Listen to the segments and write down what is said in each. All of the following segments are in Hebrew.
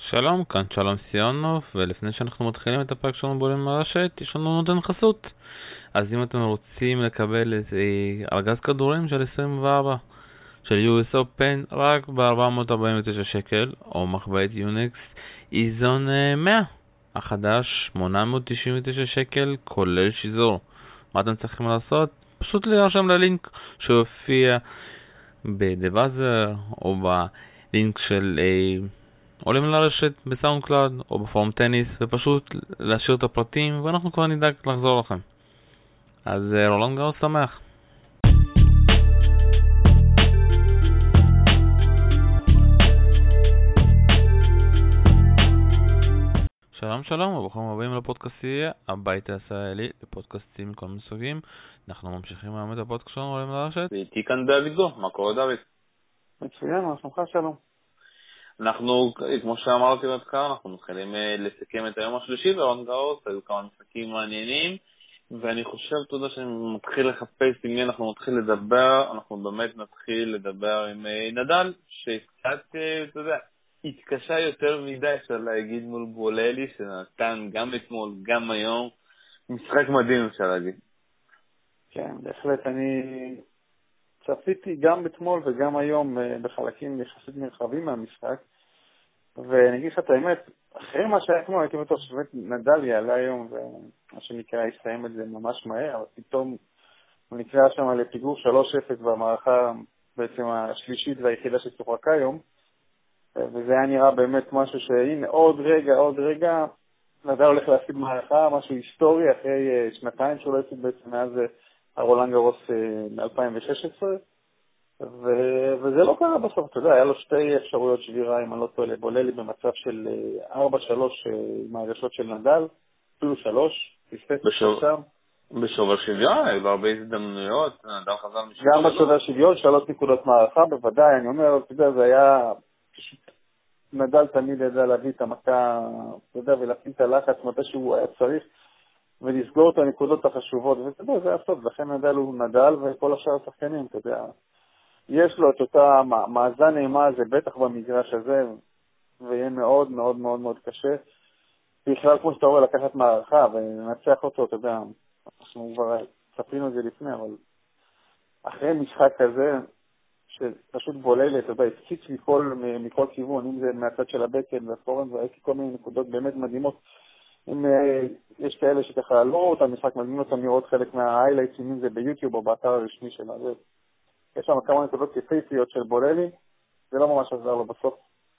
שלום, כאן שלום סיונוב, ולפני שאנחנו מתחילים את הפרק שלנו בולים מרשת, יש לנו נותן חסות. אז אם אתם רוצים לקבל איזה ארגז כדורים של 24 של US Open רק ב-449 שקל, או מחבאת יוניקס איזון 100 החדש 899 שקל כולל שיזור. מה אתם צריכים לעשות? פשוט להירשם ללינק שהופיע בדבאזר או בלינק של עולים לרשת בסאונד קלאוד או בפורום טניס, ופשוט להשאיר את הפרטים ואנחנו כבר נדאג לחזור לכם. אז רולנד גארוס שמח. שלום שלום וברוכים הבאים לפודקאסטי הבית הישראלי, לפודקאסטים מכל מיני סוגים. אנחנו ממשיכים היום את הפודקאסט שלנו עולים לרשת. ואיתי כאן דוידו, מה קורה דוד? מצוין, מה שלומך? שלום. אנחנו, כמו שאמרתי בהתחלה, אנחנו מתחילים לסכם את היום השלישי ברולנד גארוס, היו כמה משחקים מעניינים, ואני חושב, אתה יודע, שאני מתחיל לחפש עם מי אנחנו מתחיל לדבר, אנחנו באמת נתחיל לדבר עם נדל, שקצת, אתה יודע, התקשה יותר מדי, אפשר להגיד, מול בוללי, שנתן גם אתמול, גם היום, משחק מדהים, אפשר להגיד. כן, בהחלט, אני צפיתי גם אתמול וגם היום בחלקים יחסית מרחבים מהמשחק, ואני אגיד לך את האמת, אחרי מה שהיה אתמול, הייתי בטוח שבאמת נדל יעלה היום, ומה שנקרא יסיים את זה ממש מהר, אבל פתאום הוא נקרא שם לפיגור 3-0 במערכה בעצם השלישית והיחידה ששוחקה היום, וזה היה נראה באמת משהו שהנה עוד רגע, נדל הולך להפסיד מערכה, משהו היסטורי אחרי שנתיים שהוא לא הפסיד בעצם מאז הרולנד גארוס מ-2016, וזה לא קרה בסוף, אתה יודע, היה לו שתי אפשרויות שבירה, אם אני לא טועה, לבוללי במצב של 4-3 עם ההגשות של נדל, אפילו 3, בשובר שוויון, היו לו הרבה הזדמנויות, נדל חזר משוויון. גם בשובר שוויון, 3 נקודות מערכה, בוודאי, אני אומר, אתה יודע, זה היה פשוט, נדל תמיד ידע להביא את המכה, אתה יודע, ולהפעיל את הלחץ מתי שהוא היה צריך, ולסגור את הנקודות החשובות, ואתה יודע, זה הסוף, לכן נדל הוא נדל, וכל השאר השחקנים, אתה יודע, יש לו את אותה מאזן אימה הזה, בטח במגרש הזה, ויהיה מאוד מאוד מאוד מאוד קשה, בכלל כמו שאתה רואה לקחת מערכה, וננצח אותו, אתה יודע, אנחנו כבר צפינו את זה לפני, אבל אחרי משחק כזה, שפשוט בוללי, אתה יודע, הפציץ מכל כיוון, אם זה מהצד של הבקן והפורן, והייתי כל מיני נקודות באמת מדהימות, אם יש כאלה שככה לא רואים את המשחק, מדהים אותם לראות חלק מההיילייטס, אם זה ביוטיוב או באתר הרשמי שלה, יש שם כמה נקודות יפהפיות של בוללי, זה לא ממש עזר לו בסוף.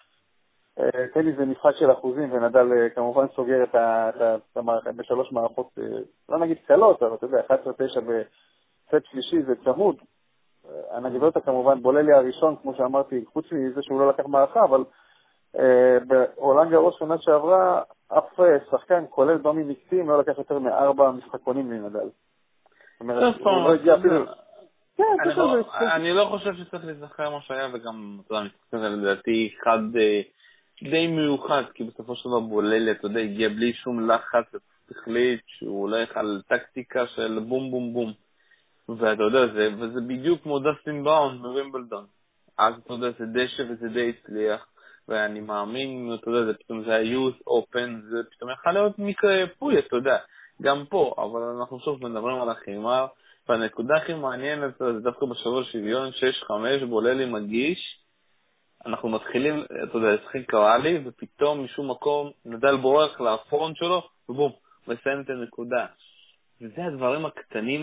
טניס זה משחק של אחוזים, ונדל כמובן סוגר את המערכת בשלוש מערכות, לא נגיד קלות, אבל אתה יודע, 11-9 בסט שלישי זה צמוד. הנגדות כמובן, בוללי הראשון, כמו שאמרתי, חוץ מזה שהוא לא לקח מערכה, אבל ברולנד גארוס שנה שעברה, אף שחקן, כולל דומיניק טים, לא לקח יותר מ4 משחקונים לנדל. זאת אומרת, הוא לא הגיע אפילו... אני לא חושב שצריך להיזכר מה שהיה, וגם, אתה יודע, המשחק הזה לדעתי אחד די מיוחד, כי בסופו של דבר בוללי, אתה יודע, הגיע בלי שום לחץ, החליט שהוא הולך על טקטיקה של בום בום בום. ואתה יודע, וזה בדיוק כמו דסטין בראון בווימבלדון. אז אתה יודע, זה די וזה די הצליח, ואני מאמין, אתה יודע, פתאום זה ה-US Open, זה פתאום יכול להיות מקרה פוי, אתה יודע, גם פה, אבל אנחנו שוב מדברים על החימר, והנקודה הכי מעניינת זה דווקא בשובר שוויון, 6-5, בוללי מגיש, אנחנו מתחילים, אתה יודע, לשחק קראלי, ופתאום משום מקום נדל בורח לפרונט שלו, ובום, מסיים את הנקודה. וזה הדברים הקטנים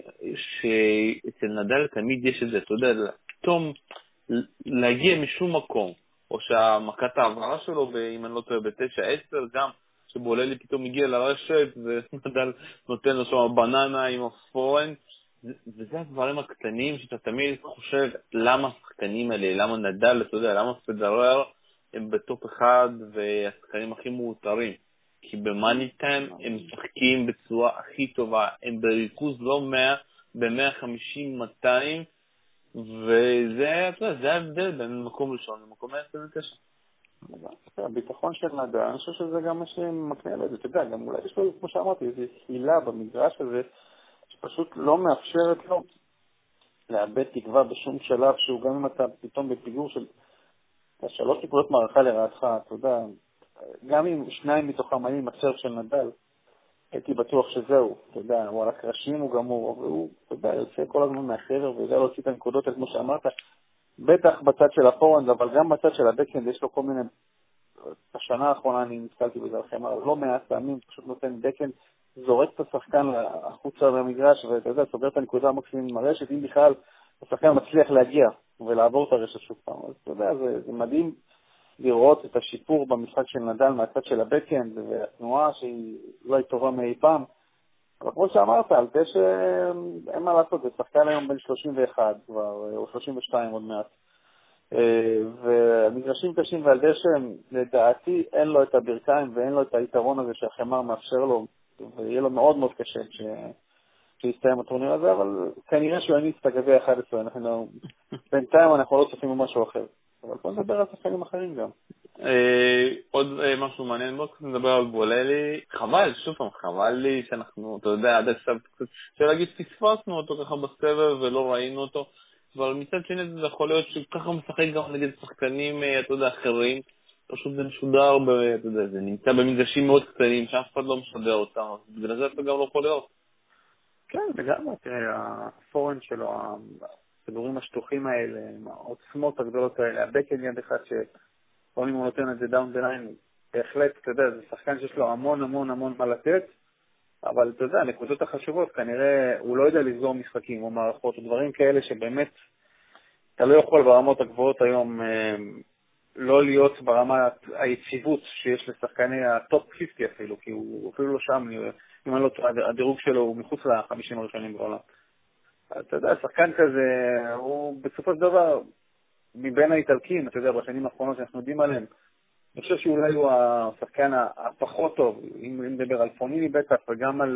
שאצל נדל תמיד יש את זה, אתה יודע, פתאום להגיע משום מקום, או שהמכת העברה שלו, אם אני לא טועה, ב9-10, גם שבוללי פתאום הגיע לרשת, ונדל נותן לו שם בננה עם הפורנט, וזה הדברים הקטנים שאתה תמיד חושב למה השחקנים האלה, למה נדל, אתה יודע, למה פדרר הם בטופ אחד והשחקנים הכי מאותרים. כי במאני טיים הם משחקים בצורה הכי טובה, הם בריכוז לא 100, ב-150-200, וזה, אתה יודע, זה ההבדל בין מקום ראשון למקום 29. הביטחון של נדל, אני חושב שזה גם מה שמקנה לו, אתה יודע, גם אולי יש לו, כמו שאמרתי, איזו חילה במגרש הזה, שפשוט לא מאפשרת לו לאבד תקווה בשום שלב, שהוא גם אם אתה פתאום בפיגור של 3 נקודות מערכה לרעתך, אתה יודע, גם אם שניים מתוכם היו עם הסרב של נדל, הייתי בטוח שזהו, אתה יודע, הוא על הקרשים, הוא גמור, והוא, אתה יודע, יוצא כל הזמן מהחבר, ויודע להוציא את הנקודות, כמו שאמרת, בטח בצד של הפורנד, אבל גם בצד של הבקאנד, יש לו כל מיני, בשנה האחרונה אני נתקלתי בזה לכם, לא מעט פעמים, פשוט נותן בקאנד, זורק את השחקן החוצה במגרש, ואתה יודע, סוגר את הנקודה המקסימית עם הרשת, אם בכלל השחקן מצליח להגיע ולעבור את הרשת שוב פעם. אז אתה יודע, זה מדהים לראות את השיפור במשחק של נדל מהצד של הבקאנד, והתנועה שהיא אולי טובה מאי פעם. אבל כמו שאמרת, על זה שאין מה לעשות, זה שחקן היום בין 31 כבר, או 32 עוד מעט. והמגרשים קשים ועל זה שלדעתי אין לו את הברכיים ואין לו את היתרון הזה שהחמר מאפשר לו, ויהיה לו מאוד מאוד קשה שיסתיים הטורניר הזה, אבל כנראה שהוא יניץ את הגביע 11, בינתיים אנחנו לא צופים במשהו אחר. אבל בוא נדבר על שחקנים אחרים גם. עוד משהו מעניין, בוא נדבר על בוללי. חבל, שוב פעם, חבל לי שאנחנו, אתה יודע, עד עכשיו, שלהגיד פספסנו אותו ככה בסבב ולא ראינו אותו, אבל מצד שני זה יכול להיות שככה משחק גם נגד שחקנים, אתה יודע, אחרים, פשוט זה משודר, אתה יודע, זה נמצא במגרשים מאוד קטנים, שאף אחד לא משדר אותם, בגלל זה אתה גם לא יכול להיות. כן, וגם, תראה, הפורנד שלו, הכדורים השטוחים האלה, העוצמות הגדולות האלה, הבקאנד יד אחד שפעמים הוא נותן את זה דאון בליין, בהחלט, אתה יודע, זה שחקן שיש לו המון המון המון מה לתת, אבל אתה יודע, הנקודות החשובות, כנראה הוא לא יודע לסגור משחקים או מערכות או דברים כאלה שבאמת אתה לא יכול ברמות הגבוהות היום לא להיות ברמת היציבות שיש לשחקני הטופ 50 אפילו, כי הוא אפילו לא שם, אם אני לא טועה, הדירוג שלו הוא מחוץ ל-50 הראשונים בעולם. אתה יודע, שחקן כזה, הוא בסופו של דבר, מבין האיטלקים, אתה יודע, בשנים האחרונות שאנחנו יודעים עליהם, אני חושב שאולי הוא השחקן הפחות טוב, אם נדבר על פוניני בטח, וגם על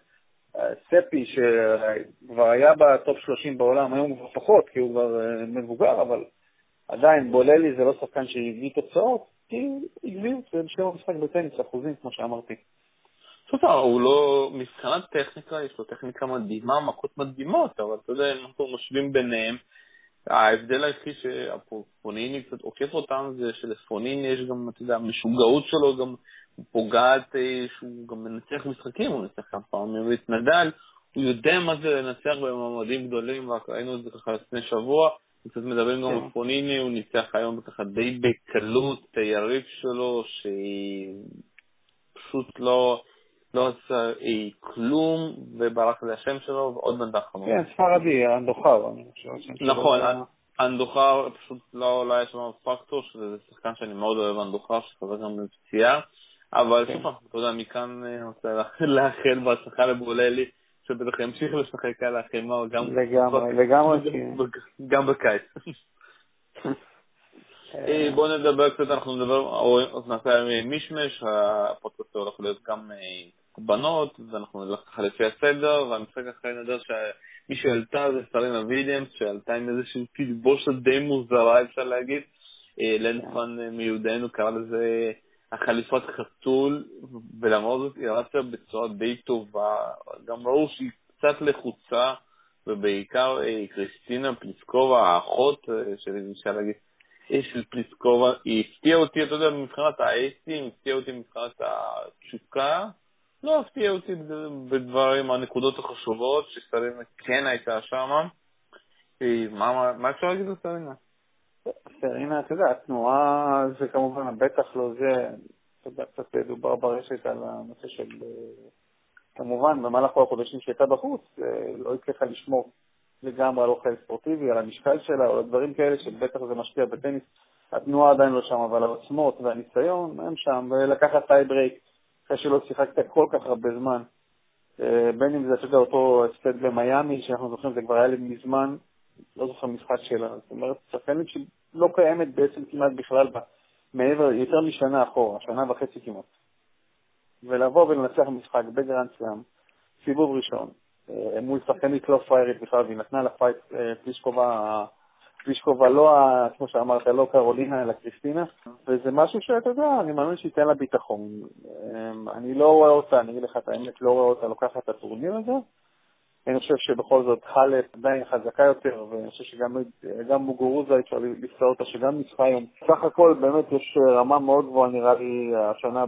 ספי, שכבר היה בטופ 30 בעולם, היום הוא כבר פחות, כי הוא כבר מבוגר, אבל עדיין בוללי זה לא שחקן שהביא תוצאות, כי הביאו את שם המשחק בטניס, אחוזים, כמו שאמרתי. הוא לא, מבחינת טכניקה, יש לו טכניקה מדהימה, מכות מדהימות, אבל אתה יודע, אנחנו משווים ביניהם, ההבדל היחיד שהפוניני קצת עוקף אותם זה שלפוניני יש גם, אתה יודע, המשוגעות שלו גם פוגעת שהוא גם מנצח משחקים, הוא מנצח כמה פעמים להתנדל, הוא יודע מה זה לנצח במעמדים גדולים, ראינו את זה ככה לפני שבוע, קצת מדברים גם על פוניני, הוא ניצח היום ככה די בקלות, היריב שלו שפשוט לא עשה כלום, וברח זה השם שלו, ועוד בנדח חמור. כן, ספרדי, אנדוחר. נכון, אנדוחר פשוט לא היה שם פקטור, שזה שחקן שאני מאוד אוהב אנדוחר, שחזר גם בפציעה, אבל שוב פעם, אתה יודע, מכאן אני רוצה לאחל בהצלחה לבוללי, שבטח ימשיך לשחק על החמר, גם בקיץ. בואו נדבר קצת, אנחנו נדבר, נעשה מישמש, הפודקאסט הולך להיות גם בנות, ואנחנו נלך ככה לפי הסדר, והמשחק אחרי נדבר שמי שעלתה זה סרינה ויליאמס, שעלתה עם איזושהי תלבושת די מוזרה, אפשר להגיד, לנסמן מיודענו קרא לזה החליפת חתול, ולמרות זאת היא רצה בצורה די טובה, גם ראו שהיא קצת לחוצה, ובעיקר קריסטינה פליסקובה, האחות אפשר להגיד, של פליסקובה, היא הפתיעה אותי, אתה יודע, מבחינת האסים, הפתיעה אותי מבחינת התשוקה, לא הפתיעה אותי בדברים, הנקודות החשובות, שסרינה כן הייתה שם. מה אפשר להגיד לסרינה? סרינה, אתה יודע, התנועה זה כמובן, בטח לא זה, אתה יודע, קצת דובר ברשת על הנושא של, כמובן, במהלך החודשים שהייתה בחוץ, לא הצליחה לשמור לגמרי על אוכל ספורטיבי, על המשקל שלה, או דברים כאלה שבטח זה משפיע בטניס. התנועה עדיין לא שם, אבל העוצמות והניסיון הם שם, ולקחת טי ברייק, אחרי שלא שיחקת כל כך הרבה זמן. בין אם זה, אתה יודע, אותו סטד במיימי, שאנחנו זוכרים, זה כבר היה לי מזמן, לא זוכר משחק שלה. זאת אומרת, שחקנית שלא קיימת בעצם כמעט בכלל מעבר, יותר משנה אחורה, שנה וחצי כמעט. ולבוא ולנצח משחק בגרנד סלאם, סיבוב ראשון, מול שחקנית לא פריירית בכלל, והיא נתנה לפייט פלישקובה לא, כמו שאמרת, לא קרולינה, אלא קריסטינה, וזה משהו שאתה יודע, אני מאמין שייתן לה ביטחון. אני לא רואה אותה, אני אגיד לך את האמת, לא רואה אותה לוקחת את הטורניר הזה, אני חושב שבכל זאת חלף עדיין חזקה יותר, ואני חושב שגם מוגורוזה אפשר לפסוע אותה, שגם ניצחה היום. סך הכל באמת יש רמה מאוד גבוהה נראה לי השנה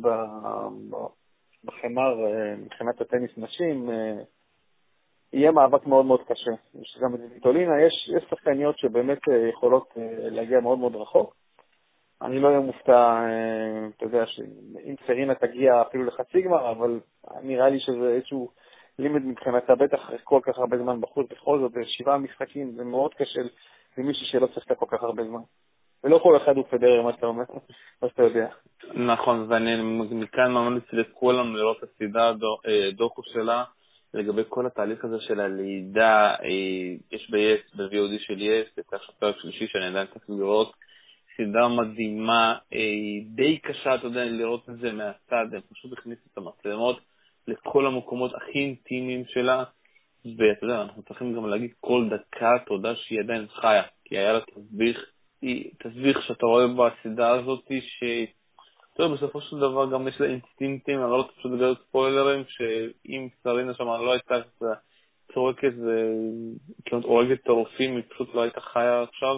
בחמר מבחינת הטניס נשים. יהיה מאבק מאוד מאוד קשה. יש גם את ויטולינה, יש שחקניות שבאמת יכולות להגיע מאוד מאוד רחוק. אני לא אהיה מופתע, אתה יודע, שאם סרינה תגיע אפילו לחצי גמר, אבל נראה לי שזה איזשהו לימד מבחינתה, בטח כל כך הרבה זמן בחוץ, בכל זאת, 7 משחקים, זה מאוד קשה למישהו שלא צריך כל כך הרבה זמן. ולא כל אחד הוא פדרר, מה שאתה אומר, מה שאתה יודע. נכון, ואני מכאן ממליץ לכולם לראות את הסדרה דוקו שלה, לגבי כל התהליך הזה של הלידה, יש ב-yes, ב-VOD של yes, את הפרק שלישי שאני עדיין צריך לראות, סדרה מדהימה, די קשה, אתה יודע, לראות את זה מהצד, הם פשוט הכניסו את המצלמות לכל המקומות הכי אינטימיים שלה, ואתה יודע, אנחנו צריכים גם להגיד כל דקה תודה שהיא עדיין חיה, כי היה לה תסביך שאתה רואה בסדרה הזאת, אתה יודע, בסופו של דבר גם יש לה אינסטינקטים, אני לא רוצה פשוט לגלות ספוילרים, שאם סרינה שם לא הייתה צורקת וכמעט הורגת את הרופאים, היא פשוט לא הייתה חיה עכשיו,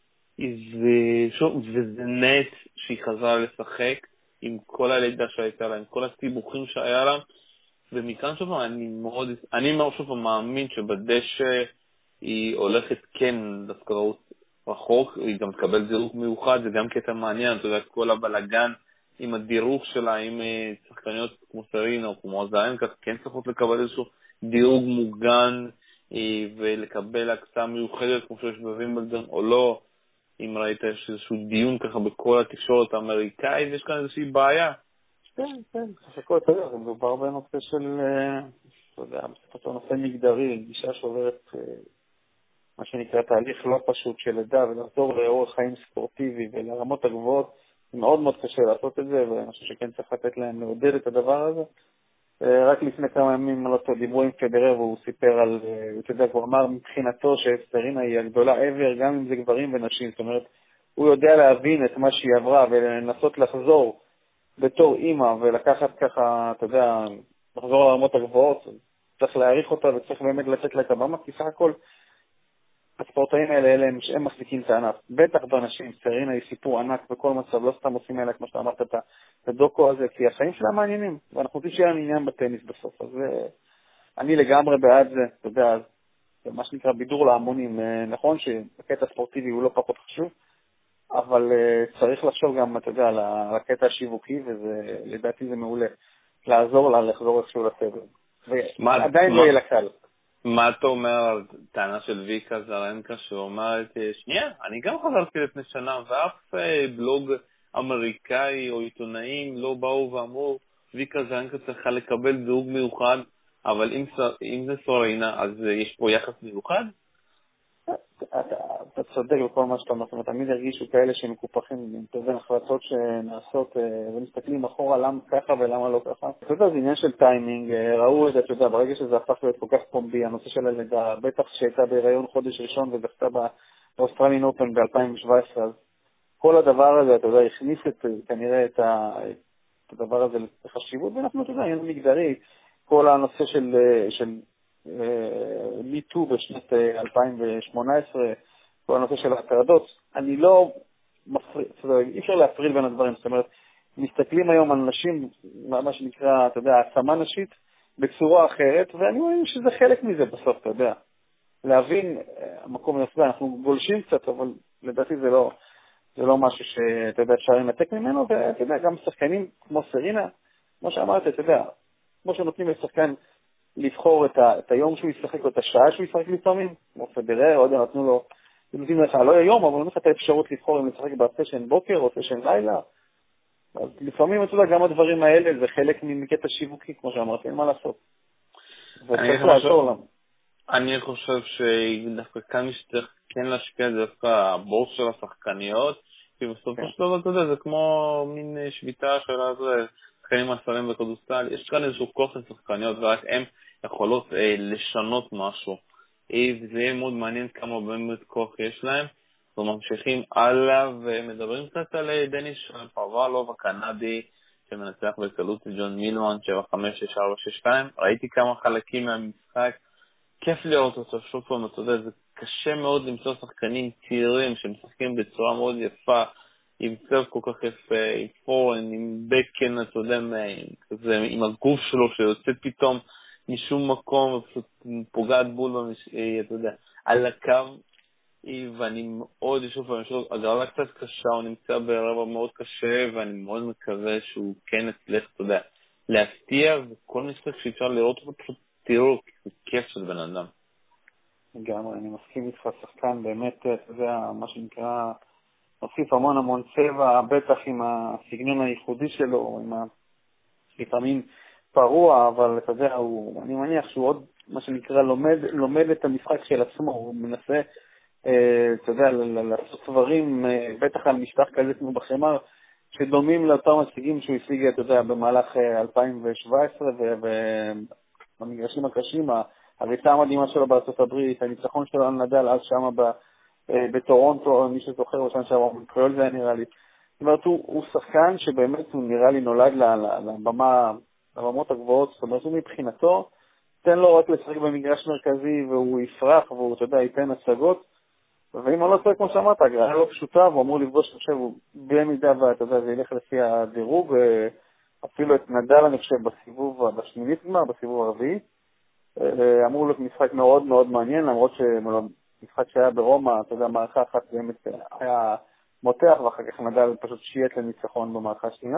וזה נט שהיא חזרה לשחק עם כל הלידה שהייתה לה, עם כל הסיבוכים שהיה לה, ומכאן שוב אני מאוד שוב מאמין שבדשא היא הולכת כן דווקא רחוק, היא גם תקבל דירוג מיוחד, זה גם קטע מעניין, אתה יודע, כל הבלגן עם הדירוג שלה, עם שחקניות כמו סרינה או כמו זאנקה, כן צריכות לקבל איזשהו דירוג מוגן ולקבל הקצאה מיוחדת כמו שיש בווימבלדון או לא. אם ראית יש איזשהו דיון ככה בכל התקשורת האמריקאית, יש כאן איזושהי בעיה. כן, חשקו, אתה יודע, זה מדובר בנושא של, אתה יודע, בסופו נושא מגדרי, גישה שעוברת מה שנקרא תהליך לא פשוט של לידה, ולחזור לאורח חיים ספורטיבי ולרמות הגבוהות, זה מאוד מאוד קשה לעשות את זה, ואני חושב שכן צריך לתת להם לעודד את הדבר הזה. רק לפני כמה ימים דיברו עם פדרר, והוא סיפר על, אתה יודע, הוא אמר מבחינתו שסרינה היא הגדולה ever, גם אם זה גברים ונשים, זאת אומרת, הוא יודע להבין את מה שהיא עברה, ולנסות לחזור בתור אימא, ולקחת ככה, אתה יודע, לחזור לרמות הגבוהות, צריך להעריך אותה, וצריך באמת לתת לה את הבמה, כי סך הכל, הספורטאים האלה הם מחזיקים את הענף, בטח באנשים, סרינה היא סיפור ענק בכל מצב, לא סתם עושים אלה כמו שאתה אמרת את הדוקו הזה, כי החיים שלה מעניינים, ואנחנו רוצים שיהיה עניין בטניס בסוף, אז אני לגמרי בעד זה, אתה יודע, זה מה שנקרא בידור להמונים, נכון שהקטע הספורטיבי הוא לא פחות חשוב, אבל צריך לחשוב גם, אתה יודע, על הקטע השיווקי, ולדעתי זה מעולה, לעזור לה לחזור איכשהו לסבל, ועדיין לא יהיה לקל. מה אתה אומר על טענה של ויקה זרנקה שאומרת, שנייה, אני גם חזרתי לפני שנה, ואף בלוג אמריקאי או עיתונאים לא באו ואמרו, ויקה זרנקה צריכה לקבל דירוג מיוחד, אבל אם זה סרינה, אז יש פה יחס מיוחד? אתה צודק בכל מה שאתה אומר, תמיד הרגישו כאלה שמקופחים, אתה יודע, החלטות שנעשות ומסתכלים אחורה למה ככה ולמה לא ככה. אתה יודע, זה עניין של טיימינג, ראו את זה, אתה יודע, ברגע שזה הפך להיות כל כך פומבי, הנושא של הלידה, בטח שהייתה בהיריון חודש ראשון וזכתה באוסטרליאן אופן ב-2017, אז כל הדבר הזה, אתה יודע, הכניס כנראה את הדבר הזה לחשיבות, ואנחנו, אתה יודע, עניין מגדרי, כל הנושא של מיטו בשנת 2018, כל הנושא של ההטרדות, אני לא מפריד, אי אפשר להפריד בין הדברים, זאת אומרת, מסתכלים היום על נשים, מה שנקרא, אתה יודע, העצמה נשית, בצורה אחרת, ואני רואה שזה חלק מזה בסוף, אתה יודע, להבין המקום הזה, אנחנו גולשים קצת, אבל לדעתי זה לא משהו שאתה יודע, אפשר לנתק ממנו, ואתה יודע, גם שחקנים כמו סרינה, כמו שאמרת, אתה יודע, כמו שנותנים לשחקן לבחור את היום שהוא ישחק או את השעה שהוא ישחק לפעמים, כמו פדרר, עוד נתנו לו, נותנים לך, לא היום, אבל נותנים לך את האפשרות לבחור אם לשחק בסשן בוקר או סשן לילה. אז לפעמים, אתה יודע, גם הדברים האלה זה חלק מקטע שיווקי, כמו שאמרתי, אין מה לעשות. אני חושב שדווקא כאן משתך כן להשקיע דווקא הבוס של השחקניות, כי בסופו של דבר, אתה יודע, זה כמו מין שביתה של שחקנים מעשרים בכדורסל, יש כאן איזשהו כוח לשחקניות, ורק הן יכולות לשנות משהו. וזה יהיה מאוד מעניין כמה באמת כוח יש להם. וממשיכים הלאה ומדברים קצת על דניס פרוולוב הקנדי, שמנצח בקלות ג'ון מילמן 7-5, 6-4, 6-2. ראיתי כמה חלקים מהמשחק, כיף לראות אותו, שוב פעם, אתה יודע, זה קשה מאוד למצוא שחקנים צעירים שמשחקים בצורה מאוד יפה, עם צב כל כך יפה, עם פורן, עם בקן, אתה יודע, עם הגוף שלו שיוצא פתאום משום מקום ופשוט פוגעת בול, אתה יודע, על הקו, ואני מאוד, שוב פעם, הגרלה קצת קשה, הוא נמצא ברבע מאוד קשה, ואני מאוד מקווה שהוא כן יצליח, אתה יודע, להפתיע, וכל משחק שאפשר לראות אותו פשוט תראו, זה כיף של בן אדם. לגמרי, אני מסכים איתך, שחקן באמת, אתה יודע, מה שנקרא, מוסיף המון צבע, בטח עם הסגנון הייחודי שלו, עם לפעמים פרוע, אבל אתה יודע, אני מניח שהוא עוד, מה שנקרא, לומד את המשחק של עצמו, הוא מנסה, אתה יודע, לעשות דברים, בטח על משטח כזה כמו בחמר, שדומים לאותם השיגים שהוא השיג, אתה יודע, במהלך 2017, ובמגרשים הקשים, הריצה המדהימה שלו בארצות הברית, הניצחון שלו על נדל אז שמה בטורונטו, מי שזוכר, או שם שעבר בקריול, זה נראה לי. זאת אומרת, הוא שחקן שבאמת הוא נראה לי נולד לבמות הגבוהות, זאת אומרת, הוא מבחינתו, תן לו רק לשחק במגרש מרכזי, והוא יפרח, והוא, אתה יודע, ייתן הצגות, ואם אני לא צועק כמו שאמרת, הגרלה לא פשוטה, והוא אמור לפגוש, אני חושב, במידה, ואתה יודע, זה ילך לפי הדירוג, אפילו את נדל, אני חושב, בשמינית גמר, בסיבוב הרביעי, אמור להיות משחק מאוד מאוד מעניין, למרות שמשחק שהיה ברומא, אתה יודע, מערכה אחת באמת היה מותח, ואחר כך נדל פשוט שייט לניצחון במערכה השנייה.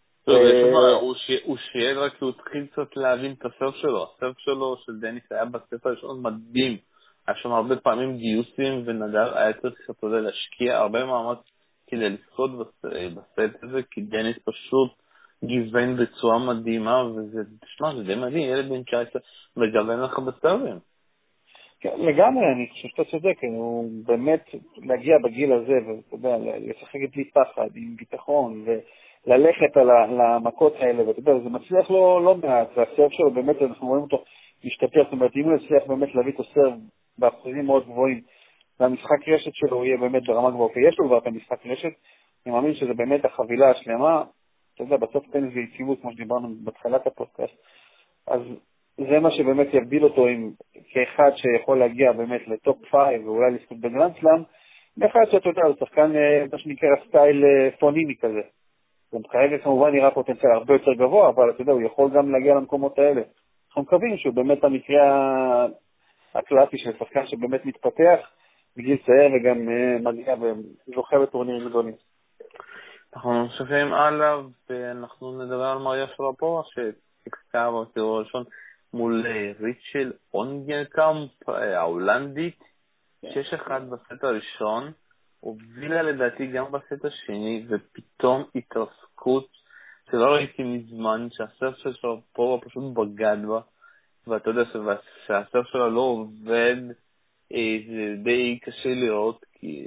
הוא שייט רק כי הוא התחיל קצת להבין את הסרף שלו. הסרף שלו של דניס היה בסט הראשון מדהים. היה שם הרבה פעמים גיוסים, ונדל היה צריך, אתה יודע, להשקיע הרבה מאמץ כדי לזכות בסט הזה, כי דניס פשוט גיוון בצורה מדהימה, וזה, תשמע, זה די מדהים, ילד בן 19 מגוון לך בסרבים. לגמרי, אני חושב שאתה צודק, הוא באמת להגיע בגיל הזה, ואתה יודע, לשחק בלי פחד, עם ביטחון, וללכת על המכות האלה, ואתה יודע, זה מצליח לו לא מעט, והסרב שלו באמת, אנחנו רואים אותו משתפר, זאת אומרת, אם הוא יצליח באמת להביא את הסרב באחוזים מאוד גבוהים, והמשחק רשת שלו יהיה באמת ברמה גבוהה, כי יש לו כבר את המשחק רשת, אני מאמין שזה באמת החבילה השלמה, אתה יודע, בסוף טניס ויציבות, כמו שדיברנו בתחילת הפודקאסט, אז זה מה שבאמת יבדיל אותו כאחד שיכול להגיע באמת לטופ 5 ואולי לזכות בגרנד סלאם, באחד שאתה יודע, הוא שחקן, מה שנקרא סטייל פוניני כזה. גם כרגע כמובן נראה פוטנציאל הרבה יותר גבוה, אבל אתה יודע, הוא יכול גם להגיע למקומות האלה. אנחנו מקווים שהוא באמת המקרה הקלאסי של שחקן שבאמת מתפתח בגיל צעיר וגם מגיע וזוכה בטורנירים גדולים. אנחנו ממשיכים הלאה, ואנחנו נדבר על מריה שרפובה, שתקסקה בסיבוב הראשון מול ריצ'ל אונגלקאמפ, ההולנדית, 6-1 בסט הראשון, הובילה לדעתי גם בסט השני, ופתאום התרסקות שלא ראיתי מזמן, שהסרף של שרפובה פשוט בגד בה, ואתה יודע שהסרף שלה לא עובד, זה די קשה לראות, כי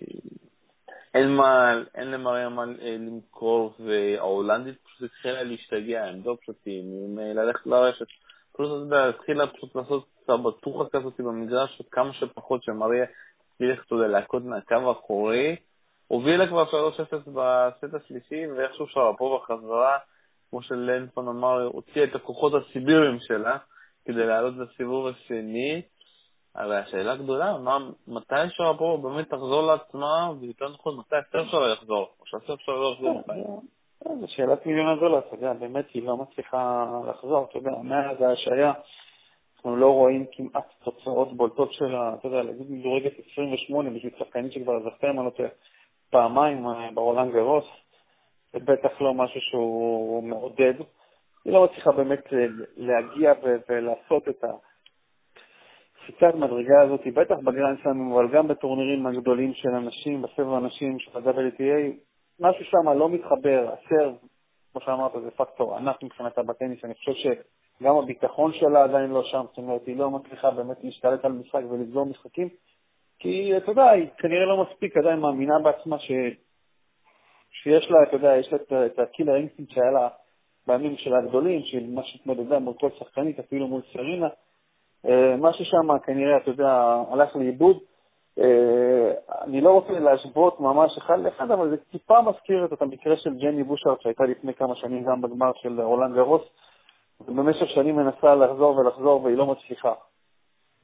אין למריה מה למכור, וההולנדית פשוט התחילה להשתגע, עמדו פשוטים, ללכת לרשת, פשוט אתה יודע, התחילה פשוט לעשות סבטוחה כזאת במגרש, כמה שפחות שמריה תלך, אתה יודע, להכות מהקו האחורי, הובילה כבר 3-0 בסט השלישי, ואיכשהו שרפובה חזרה, כמו שלנסון אמר, הוציאה את הכוחות הסיביריים שלה, כדי לעלות לסיבוב השני, אבל השאלה גדולה, מתי שרפובה באמת תחזור לעצמה, ויותר נכון, מתי הסרף שלה יחזור, או שהסרף שלה לא יחזור בחיים. זו שאלת $1,000,000, אתה יודע, באמת היא לא מצליחה לחזור, אתה יודע, מאז ההשעיה, אנחנו לא רואים כמעט תוצאות בולטות שלה, אתה יודע, להגיד מדורגת 28, בשביל שחקנית שכבר זכתה עם הנוטה פעמיים ברולנד גרוס, זה בטח לא משהו שהוא מעודד, היא לא מצליחה באמת להגיע ולעשות את הקפיצת מדרגה הזאת, בטח בגרנד סלאם, אבל גם בטורנירים הגדולים של אנשים, בסבב האנשים של ה-WTA, משהו שם לא מתחבר, הסרב, כמו שאמרת, זה פקטור ענק מבחינתה בטניס, אני חושב שגם הביטחון שלה עדיין לא שם, זאת אומרת, היא לא מצליחה באמת להשתלט על משחק ולסגור משחקים, כי אתה יודע, היא כנראה לא מספיק עדיין מאמינה בעצמה שיש לה, אתה יודע, יש לה את הקילר אינסטינקט שהיה לה בימים שלה הגדולים, של מה שהתמודדה מול כל שחקנית, אפילו מול סרינה, משהו שם כנראה, אתה יודע, הלך לאיבוד, אני לא רוצה להשוות ממש אחד לאחד, אבל זה טיפה מזכיר את המקרה של ג'ני בושארד שהייתה לפני כמה שנים גם בגמר של רולנד גרוס, ובמשך שנים מנסה לחזור ולחזור והיא לא מצליחה.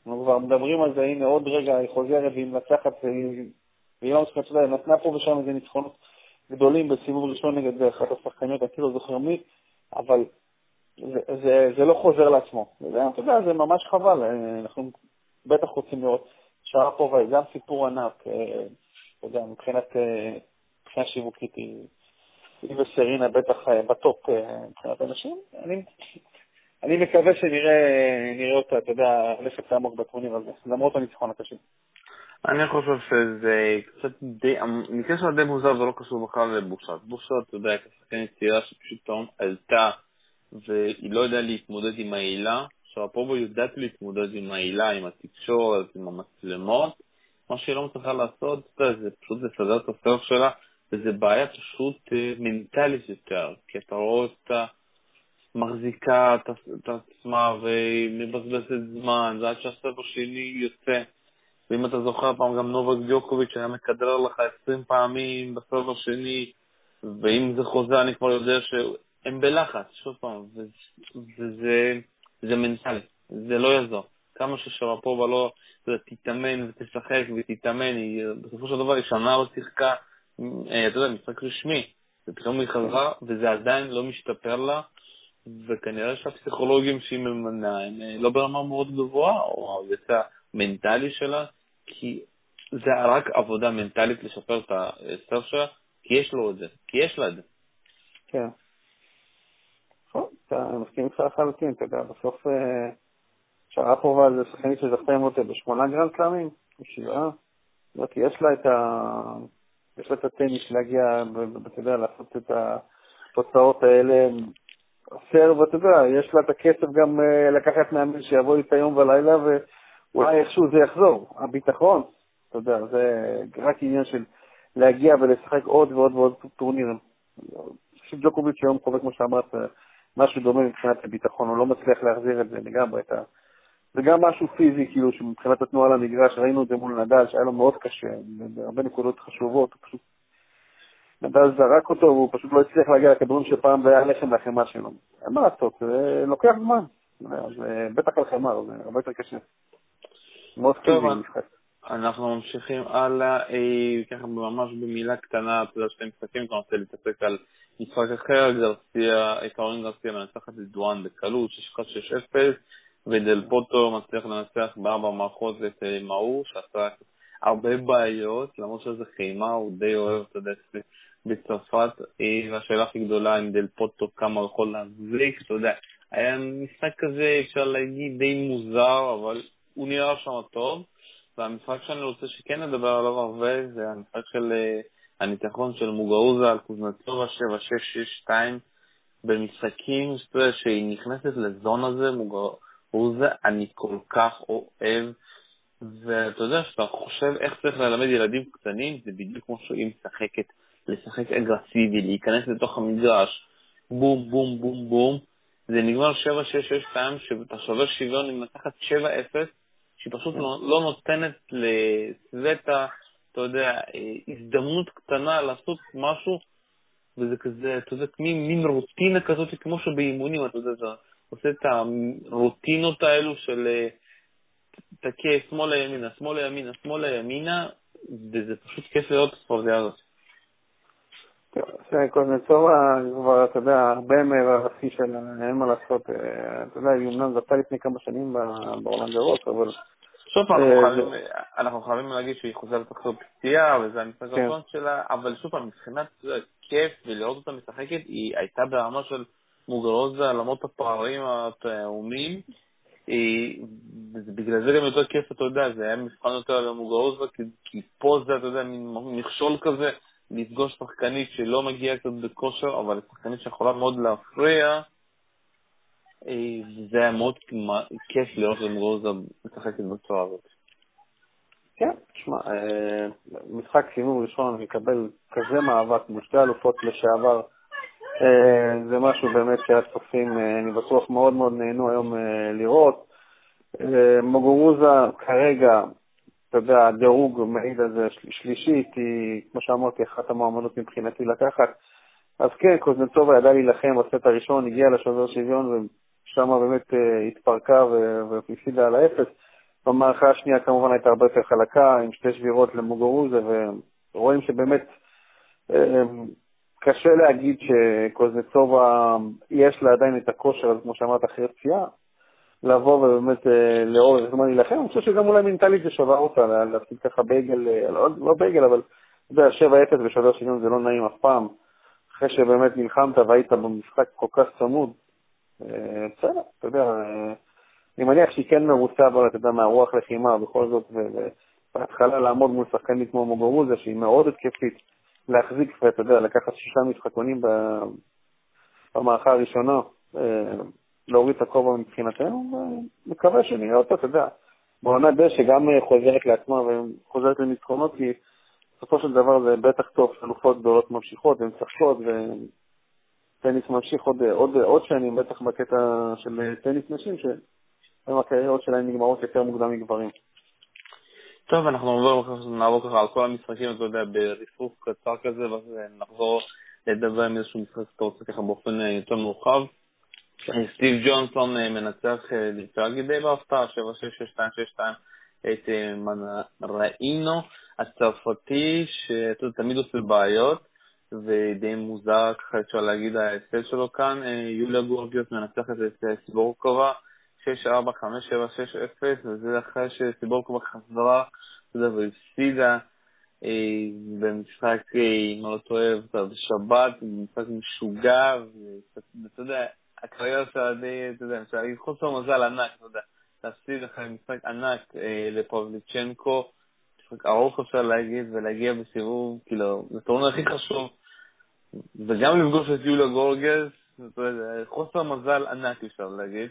אנחנו כבר מדברים על זה, הנה עוד רגע היא חוזרת והיא מנצחת, והיא לא מסכת, נתנה פה ושם איזה ניצחונות גדולים בסיבוב ראשון נגד אחת השחקניות, אני לא זוכר מי, אבל זה לא חוזר לעצמו. אתה יודע, זה ממש חבל, אנחנו בטח רוצים לראות שרפובה, גם סיפור ענק, אתה יודע, מבחינת שיווקית היא וסרינה בטח בטופ מבחינת אנשים. אני מקווה שנראה אותה, אתה יודע, הולכת לעמוק בטורניר הזה, למרות הניצחון הקשה. אני חושב שזה קצת מקרה של די מוזר, זה לא קשור בכלל לבושת. בושת, אתה יודע, כשחקנית צעירה שפשוט עלתה, והיא לא יודעה להתמודד עם העילה. שרפובה יודעת להתמודד עם העילה, עם התקשורת, עם המצלמות. מה שהיא לא מצליחה לעשות, זה פשוט לסדר את הסרף שלה, וזה בעיה פשוט מנטלית יותר, כי אתה רואה אותה מחזיקה את עצמה ומבזבזת זמן, ועד שהסרף השני יוצא. ואם אתה זוכר פעם גם נובק דיוקוביץ' היה מקדר לך 20 פעמים בסרף השני, ואם זה חוזה אני כבר יודע שהם בלחץ, שוב פעם, וזה מנטלי, זה לא יעזור. כמה ששרפובה לא תתאמן ותשחק ותתאמן, בסופו של דבר היא שנה לא שיחקה, אתה יודע, משחק רשמי, ופתאום היא חזרה, וזה עדיין לא משתפר לה, וכנראה שהפסיכולוגים שהיא ממנה הם לא ברמה מאוד גבוהה, או היצע מנטלי שלה, כי זה רק עבודה מנטלית לשפר את הסרף שלה, כי יש לו את זה, כי יש לה את זה. כן. אתה מסכים איתך לחלוטין, אתה יודע, בסוף שרפובה זה שחקנית שזכתה עם אותה ב8 גרנד סלאמים, ב7, כי יש לה את הטניס להגיע, אתה יודע, לעשות את התוצאות האלה, סרב, אתה יודע, יש לה את הכסף גם לקחת מאמן שיבוא איתה יום ולילה, ואולי איכשהו זה יחזור. הביטחון, אתה יודע, זה רק עניין של להגיע ולשחק עוד ועוד ועוד טורנירים. ג'וקוביץ' היום חווה, כמו שאמרת, משהו דומה מבחינת הביטחון, הוא לא מצליח להחזיר את זה לגמרי. זה גם משהו פיזי, כאילו, שמבחינת התנועה למגרש, ראינו את זה מול נדל, שהיה לו מאוד קשה, הרבה נקודות חשובות, הוא פשוט, נדל זרק אותו, והוא פשוט לא הצליח להגיע לכדורים שפעם זה היה לחם והחמה שלו. אין מה לעשות, זה לוקח זמן, זה בטח על חמר, זה הרבה יותר קשה. מאוד פיזי משחק. אנחנו ממשיכים הלאה, ככה ממש במילה קטנה, אתה יודע שאתם משחקים, אתה רוצה להתעסק על משחק אחר, קרולין גרסיה מנצחת את דואן בקלות, 6-1-6-0, ודל פוטו מצליח לנצח בארבע מערכות את מאור, שעשה הרבה בעיות, למרות שזה חיימה, הוא די אוהב, אתה יודע, בצרפת, והשאלה הכי גדולה עם דל פוטו, כמה הוא יכול להחזיק, אתה יודע, היה משחק כזה, אפשר להגיד, די מוזר, אבל הוא נראה שם טוב, והמשחק שאני רוצה שכן נדבר עליו הרבה, זה המשחק של הניצחון של מוגרוזה על קוזנצובה 7-6-6-2, במשחקים שהיא נכנסת לזון הזה, מוגרוזה אני כל כך אוהב, ואתה יודע שאתה חושב איך צריך ללמד ילדים קטנים, זה בדיוק כמו שהיא משחקת, לשחק אגרסיבי, להיכנס לתוך המגרש, בום בום בום בום, זה נגמר 7-6-6-2, שאתה שובר שוויון עם מתחת 7-0, שהיא פשוט לא נותנת לסווטה, אתה יודע, הזדמנות קטנה לעשות משהו, וזה כזה, אתה יודע, מין רוטינה כזאת, כמו שבאימונים, אתה יודע, אתה עושה את הרוטינות האלו של תקה שמאל לימינה, שמאל לימינה, שמאל לימינה, וזה פשוט כיף לראות את הספורטיה הזאת. קוזנצובה כבר, אתה יודע, הרבה מהרחי שלה, אין מה לעשות, אתה יודע, היא אמנם זכתה לפני כמה שנים בעולם גרוס, אבל... שוב, אנחנו חייבים להגיד שהיא חוזרת לחזור פציעה, וזה המשחק הראשון שלה, אבל שוב, מבחינת כיף ולראות אותה משחקת, היא הייתה ברמה של מוגרוזה, למרות הפערים התאומים, בגלל זה גם יותר כיף, אתה יודע, זה היה מבחן יותר למוגרוזה, כי פה זה, אתה יודע, מכשול כזה, לפגוש שחקנית שלא מגיעה קצת בכושר, אבל שחקנית שיכולה מאוד להפריע, זה היה מאוד כיף לראות למוגרוזה משחקת בצורה הזאת. כן, תשמע, משחק סיבוב ראשון מקבל כזה מאבק מול שתי אלופות לשעבר, זה משהו באמת שהצופים, אני בטוח מאוד מאוד נהנו היום לראות. מוגרוזה כרגע, אתה יודע, הדירוג מעיד על זה שלישית, היא, כמו שאמרתי, אחת המועמדות מבחינתי לקחת. אז כן, קוזנצובה ידעה להילחם בסט הראשון, הגיעה לשובר שוויון, ושם באמת התפרקה והפסידה על האפס. במערכה השנייה כמובן הייתה הרבה יותר חלקה, עם 2 שבירות למוגורוזה, ורואים שבאמת קשה להגיד שקוזנצובה יש לה עדיין את הכושר, אז כמו שאמרת, אחרי פציעה, לבוא ובאמת לאורך זמן להילחם. אני חושב שגם אולי מנטלית זה שווה אותה, להפסיד ככה בייגל, לא בייגל, אבל זה 7-0 בשובר שוויון, זה לא נעים אף פעם. אחרי שבאמת נלחמת והיית במשחק כל כך צמוד, בסדר, אתה יודע, אני מניח שהיא כן מרוצה, אבל אתה יודע, מהרוח לחימה, בכל זאת, ובהתחלה לעמוד מול שחקנית כמו מוגורוזה, שהיא מאוד התקפית, להחזיק, ואתה יודע, לקחת 6 משחקונים במערכה הראשונה, להוריד את הכובע מבחינתנו, ומקווה שנראה אותה, אתה יודע, בעונה דשא גם חוזרת לעצמה וחוזרת לניצחונות, כי בסופו של דבר זה בטח טוב, אלופות גדולות ממשיכות, והן צחקות, וטניס ממשיך עוד שנים, בטח בקטע של טניס נשים, הקריירות שלהם נגמרות יותר מוקדם מגברים. טוב, אנחנו נעבור ככה על כל המשחקים, אתה יודע, בריפוף קצר כזה, ואז נחזור לדבר עם איזשהו משחק שאתה רוצה ככה באופן יותר מורחב. סטיב ג'ונסון מנצח ליטרגי די בהפתעה, 7-6-6-2-6-2 את מנראינו הצרפתי, שתמיד עושה בעיות, ודי מוזר, ככה אפשר להגיד, ההפסד שלו כאן. יוליה גורג'יוס מנצחת את סיבורקובה, 6-4-5-7-6-0, וזה אחרי שסיבורקובה חזרה, אתה יודע, והפסידה במשחק, אם לא טועה, בשבת, במשחק משוגע, ואתה יודע, הקריירה שלה די, אתה יודע, אפשר להגיד חוסר מזל ענק, אתה יודע, להפסיד אחרי משחק ענק לפובליצ'נקו, משחק ארוך אפשר להגיד, ולהגיע בסיבוב, כאילו, זה טורניר הכי חשוב, וגם לפגוש את יוליה גורגז, אתה יודע, חוסר מזל ענק אפשר להגיד.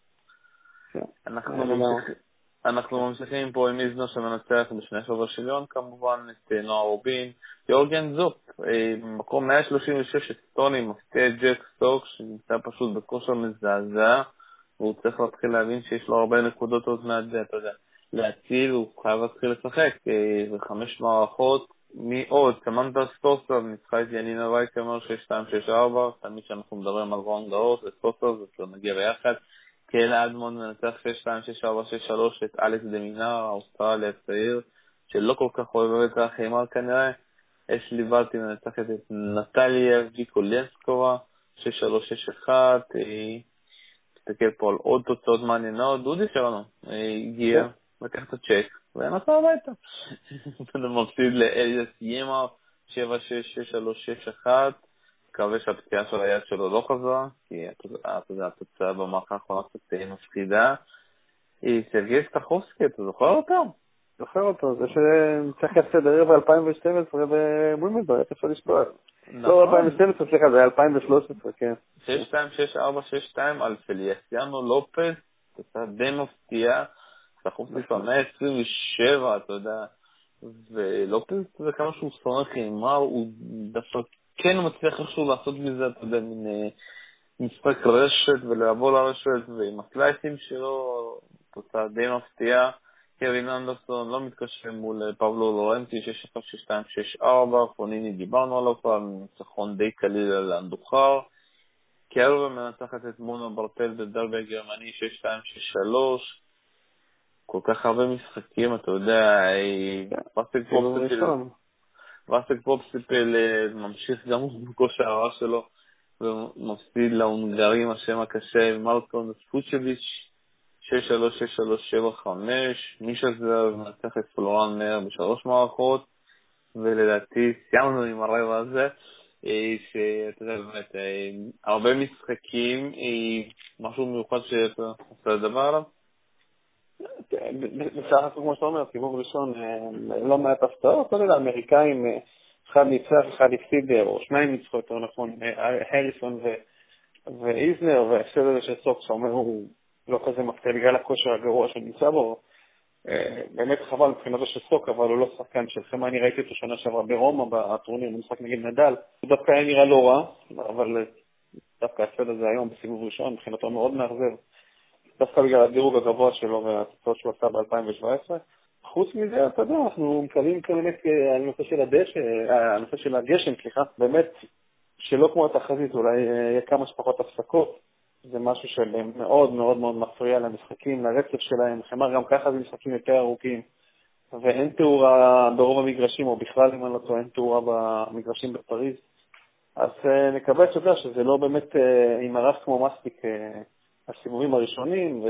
אנחנו ממשיכים פה עם איזנר שמנצח בשני שובר שוויון, כמובן, את נועה רובין, יורגן זופ, מקום 136 אסטוני, מפתיע את ג'ק סטוק, שנמצא פשוט בכושר מזעזע, והוא צריך להתחיל להבין שיש לו הרבה נקודות עוד מעט, אתה יודע, להציל, הוא חייב להתחיל לשחק, ו5 מערכות, מי עוד? סמנטה סטוסוב, ניצחה את ינינה וייקמר 6-2-6-4, תמיד שאנחנו מדברים על רון גאוס, וסטוסוב, זה כבר נגיע ביחד, קיילה אדמון מנצח 6-2-6-4-6-3 את אלכס דמינר, האוסטרלי הצעיר, שלא כל כך אוהב את החימר כנראה. אשלי ולטי מנצחת את נטליה ויקולנסקובה, 6-3-6-1, תסתכל פה על עוד תוצאות מעניינות, דודי שלנו, הגיע, לקח את הצ'ק, ונסע הביתה. מפסיד לאליאס ימר, 7-6-6-3-6-1, מקווה שהפציעה של היד שלו לא חזרה, כי התוצאה במערכה האחרונה קצת מפחידה. סרגי סטחובסקי, אתה זוכר אותו? זוכר אותו, זה שצריך הפסד ב-2012 בווימבלדון, איך אפשר לשכוח? לא 2012, סליחה, זה היה 2013, כן. 6-2-6-4-6-2 על פליאסיאנו לופס, תוצאה די מפתיעה, סטחובסקי כבר 127, אתה יודע, ולופס זה כמה שהוא שונא חימה, הוא דווקא כן מצליח איכשהו לעשות מזה, אתה יודע, מין משחק רשת ולעבור לרשת, ועם הסלייסים שלו, תוצאה די מפתיעה. קווין אנדרסון לא מתקשר מול פאבלו לורנטי, 6-1-6-2-6-4, פוניני דיברנו עליו כבר, ניצחון די קליל על אנדוחר. קרבה מנצחת את מונו ברטל בדרבי הגרמני, 6-2-6-3, כל כך הרבה משחקים, אתה יודע, וסק פופסיפל ממשיך גם בכושר הרע שלו, ומפסיד להונגרים, השם הקשה, מרקון ספוצ'ביץ', 6-3-6-3-7-5, מישה זר מנצח את פלורן מאיר ב3 מערכות, ולדעתי סיימנו עם הרבע הזה, שאתה יודע באמת, הרבה משחקים, משהו מיוחד שאתה עושה לדבר עליו? בסך הכל כמו שאתה אומר, סיבוב ראשון לא מעט הפתעות, אתה יודע, האמריקאים, אחד ניצח, אחד הפסיד, או שניים ניצחו יותר נכון, הריסון ואיזנר, וההפסד הזה של סוק, שאומר הוא לא כזה מפתיע בגלל הכושר הגרוע שנמצא בו, באמת חבל מבחינתו של סוק, אבל הוא לא שחקן שלכם, אני ראיתי אותו שנה שעברה ברומא, בטורניר, במשחק נגד נדל, הוא דווקא היה נראה לא רע, אבל דווקא ההפסד הזה היום בסיבוב ראשון, מבחינתו מאוד מאכזב. דווקא בגלל הדירוג הגבוה שלו והתוצאות שהוא עשה ב-2017. חוץ מזה, אתה יודע, אנחנו מקווים באמת על הנושא של הגשם, באמת שלא כמו התחזית, אולי יהיה כמה שפחות הפסקות, זה משהו שמאוד מאוד מאוד מפריע למשחקים, לרצף שלהם. חמר גם ככה זה משחקים יותר ארוכים, ואין תאורה ברוב המגרשים, או בכלל אם אני לא טועה, אין תאורה במגרשים בפריז. אז נקבל שתדע שזה לא באמת ימרח כמו מספיק הסיבובים הראשונים,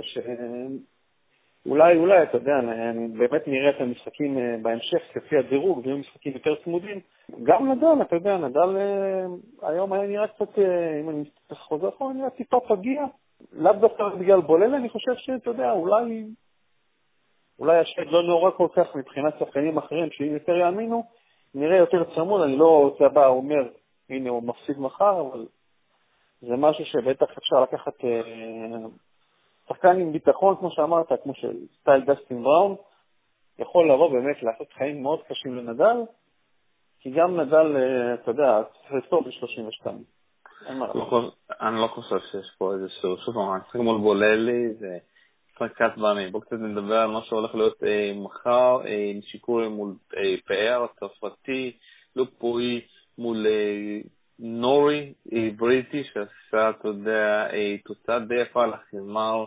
אולי, אתה יודע, באמת נראה את המשחקים בהמשך, כפי הדירוג, ויהיו משחקים יותר צמודים. גם נדל, אתה יודע, נדל היום היה נראה קצת, אם אני חוזר אחורה, נראה טיפה פגיע. לאו דווקא בגלל בוללה, אני חושב שאתה יודע, אולי השד לא נורא כל כך מבחינת שחקנים אחרים, שאם יותר יאמינו, נראה יותר צמוד. אני לא רוצה הבא, הוא אומר, הנה הוא מפסיד מחר, אבל זה משהו שבטח אפשר לקחת שחקן עם ביטחון, כמו שאמרת, כמו של סטייל דסטין בראון, יכול לבוא באמת לעשות חיים מאוד קשים לנדל, כי גם נדל, אתה יודע, צריך טוב ב-32. אני לא חושב שיש פה איזשהו, שוב פעם, אני צריך מול בוללי, זה משחק קצת בעמי. בואו קצת נדבר על מה שהולך להיות מחר, שיקורי מול פאר, צרפתי, לוק פואי מול נורי, בריטי, שעשה, אתה יודע, תוצאה די יפה לחמר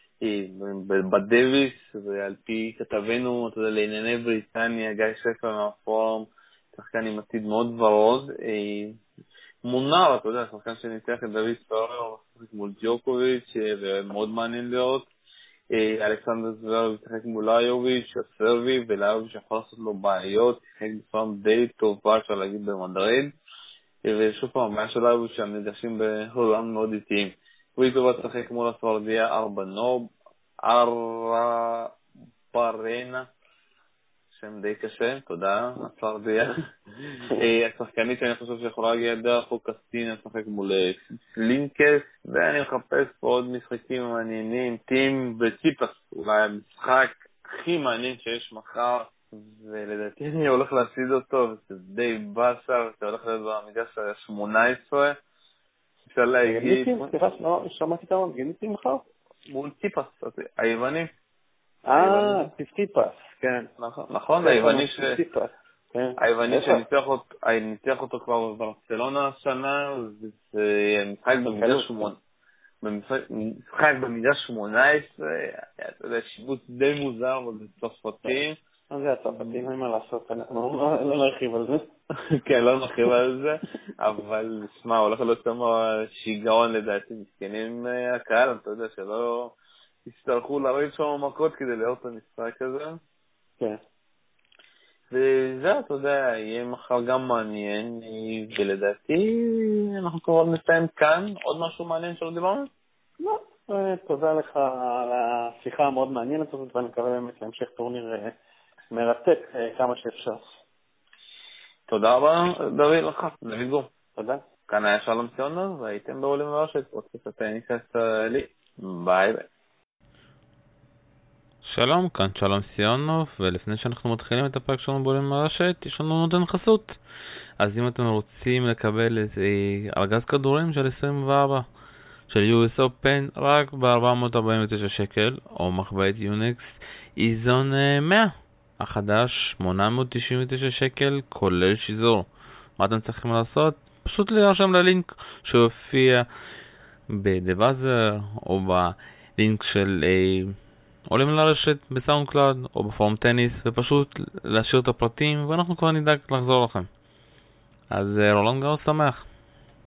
בדוויס, ועל פי כתבנו, אתה יודע, לענייני בריטניה, גיא שפר מהפורום, שחקן עם עתיד מאוד ורוד, מונר, אתה יודע, שחקן שניצח את דוד פרר, מול ג'וקוביץ', ומאוד מעניין לראות, אלכסנדר זוורב שחק מול ליוביץ', הסרבי, וליוביץ' יכול לעשות לו בעיות, שחק בפעם די טובה, אפשר להגיד, במדריד, ושוב פעם, הבעיה של ליוביץ' שהם נדרשים בהולנד מאוד איטיים. הוא טובה שחק מול הספרדיה, ארבנורנה, שם די קשה, תודה, הספרדיה. השחקנית שאני חושב שיכולה להגיע דרך הוא קסטין, לשחק מול סלינקס, ואני מחפש פה עוד משחקים מעניינים, טים וציפס, אולי המשחק הכי מעניין שיש מחר, ולדעתי אני הולך להפסיד אותו, וזה די בסר, אתה הולך להיות במגרש ה-18, אפשר להגיד... סליחה, שמעתי כמה, גניטים מחר? מול ציפס, היוונים. ציפס, כן. נכון, היווני שניצח אותו כבר בברצלונה השנה, זה משחק במידה 18, אתה יודע, שיבוץ די מוזר, אבל זה צרפתים. זה הצרפתים, אין מה לעשות, אנחנו לא נרחיב על זה. כן, לא נרחיב על זה, אבל שמע, הולך להיות כמה שיגעון לדעתי, מסכנים הקהל, אתה יודע, שלא יצטרכו להריד שם מכות כדי לראות את המשחק הזה. כן. וזה, אתה יודע, יהיה מחר גם מעניין, ולדעתי אנחנו כבר נסיים כאן. עוד משהו מעניין שלא דיברנו? לא, תודה לך על השיחה המאוד מעניינת הזאת, ואני מקווה באמת להמשך טורניר מרתק כמה שאפשר. תודה רבה, דוד לך, דוד גור. תודה. כאן היה שלום ציונוב, והייתם בעולים לרשת, פודקאסט הטניס הישראלי. ביי ביי. שלום, כאן שלום סיונוב, ולפני שאנחנו מתחילים את הפרק שלנו בעולים לרשת, יש לנו נותן חסות. אז אם אתם רוצים לקבל ארגז כדורים של 24 של US Open רק ב-449 שקל, או מחבאת יוניקס איזון 100 החדש 899 שקל כולל שיזור. מה אתם צריכים לעשות? פשוט להירשם ללינק שהופיע בדבאזר או בלינק של עולים לרשת בסאונד קלאוד או בפורום טניס, ופשוט להשאיר את הפרטים ואנחנו כבר נדאג לחזור לכם. אז רולנד גאוס שמח.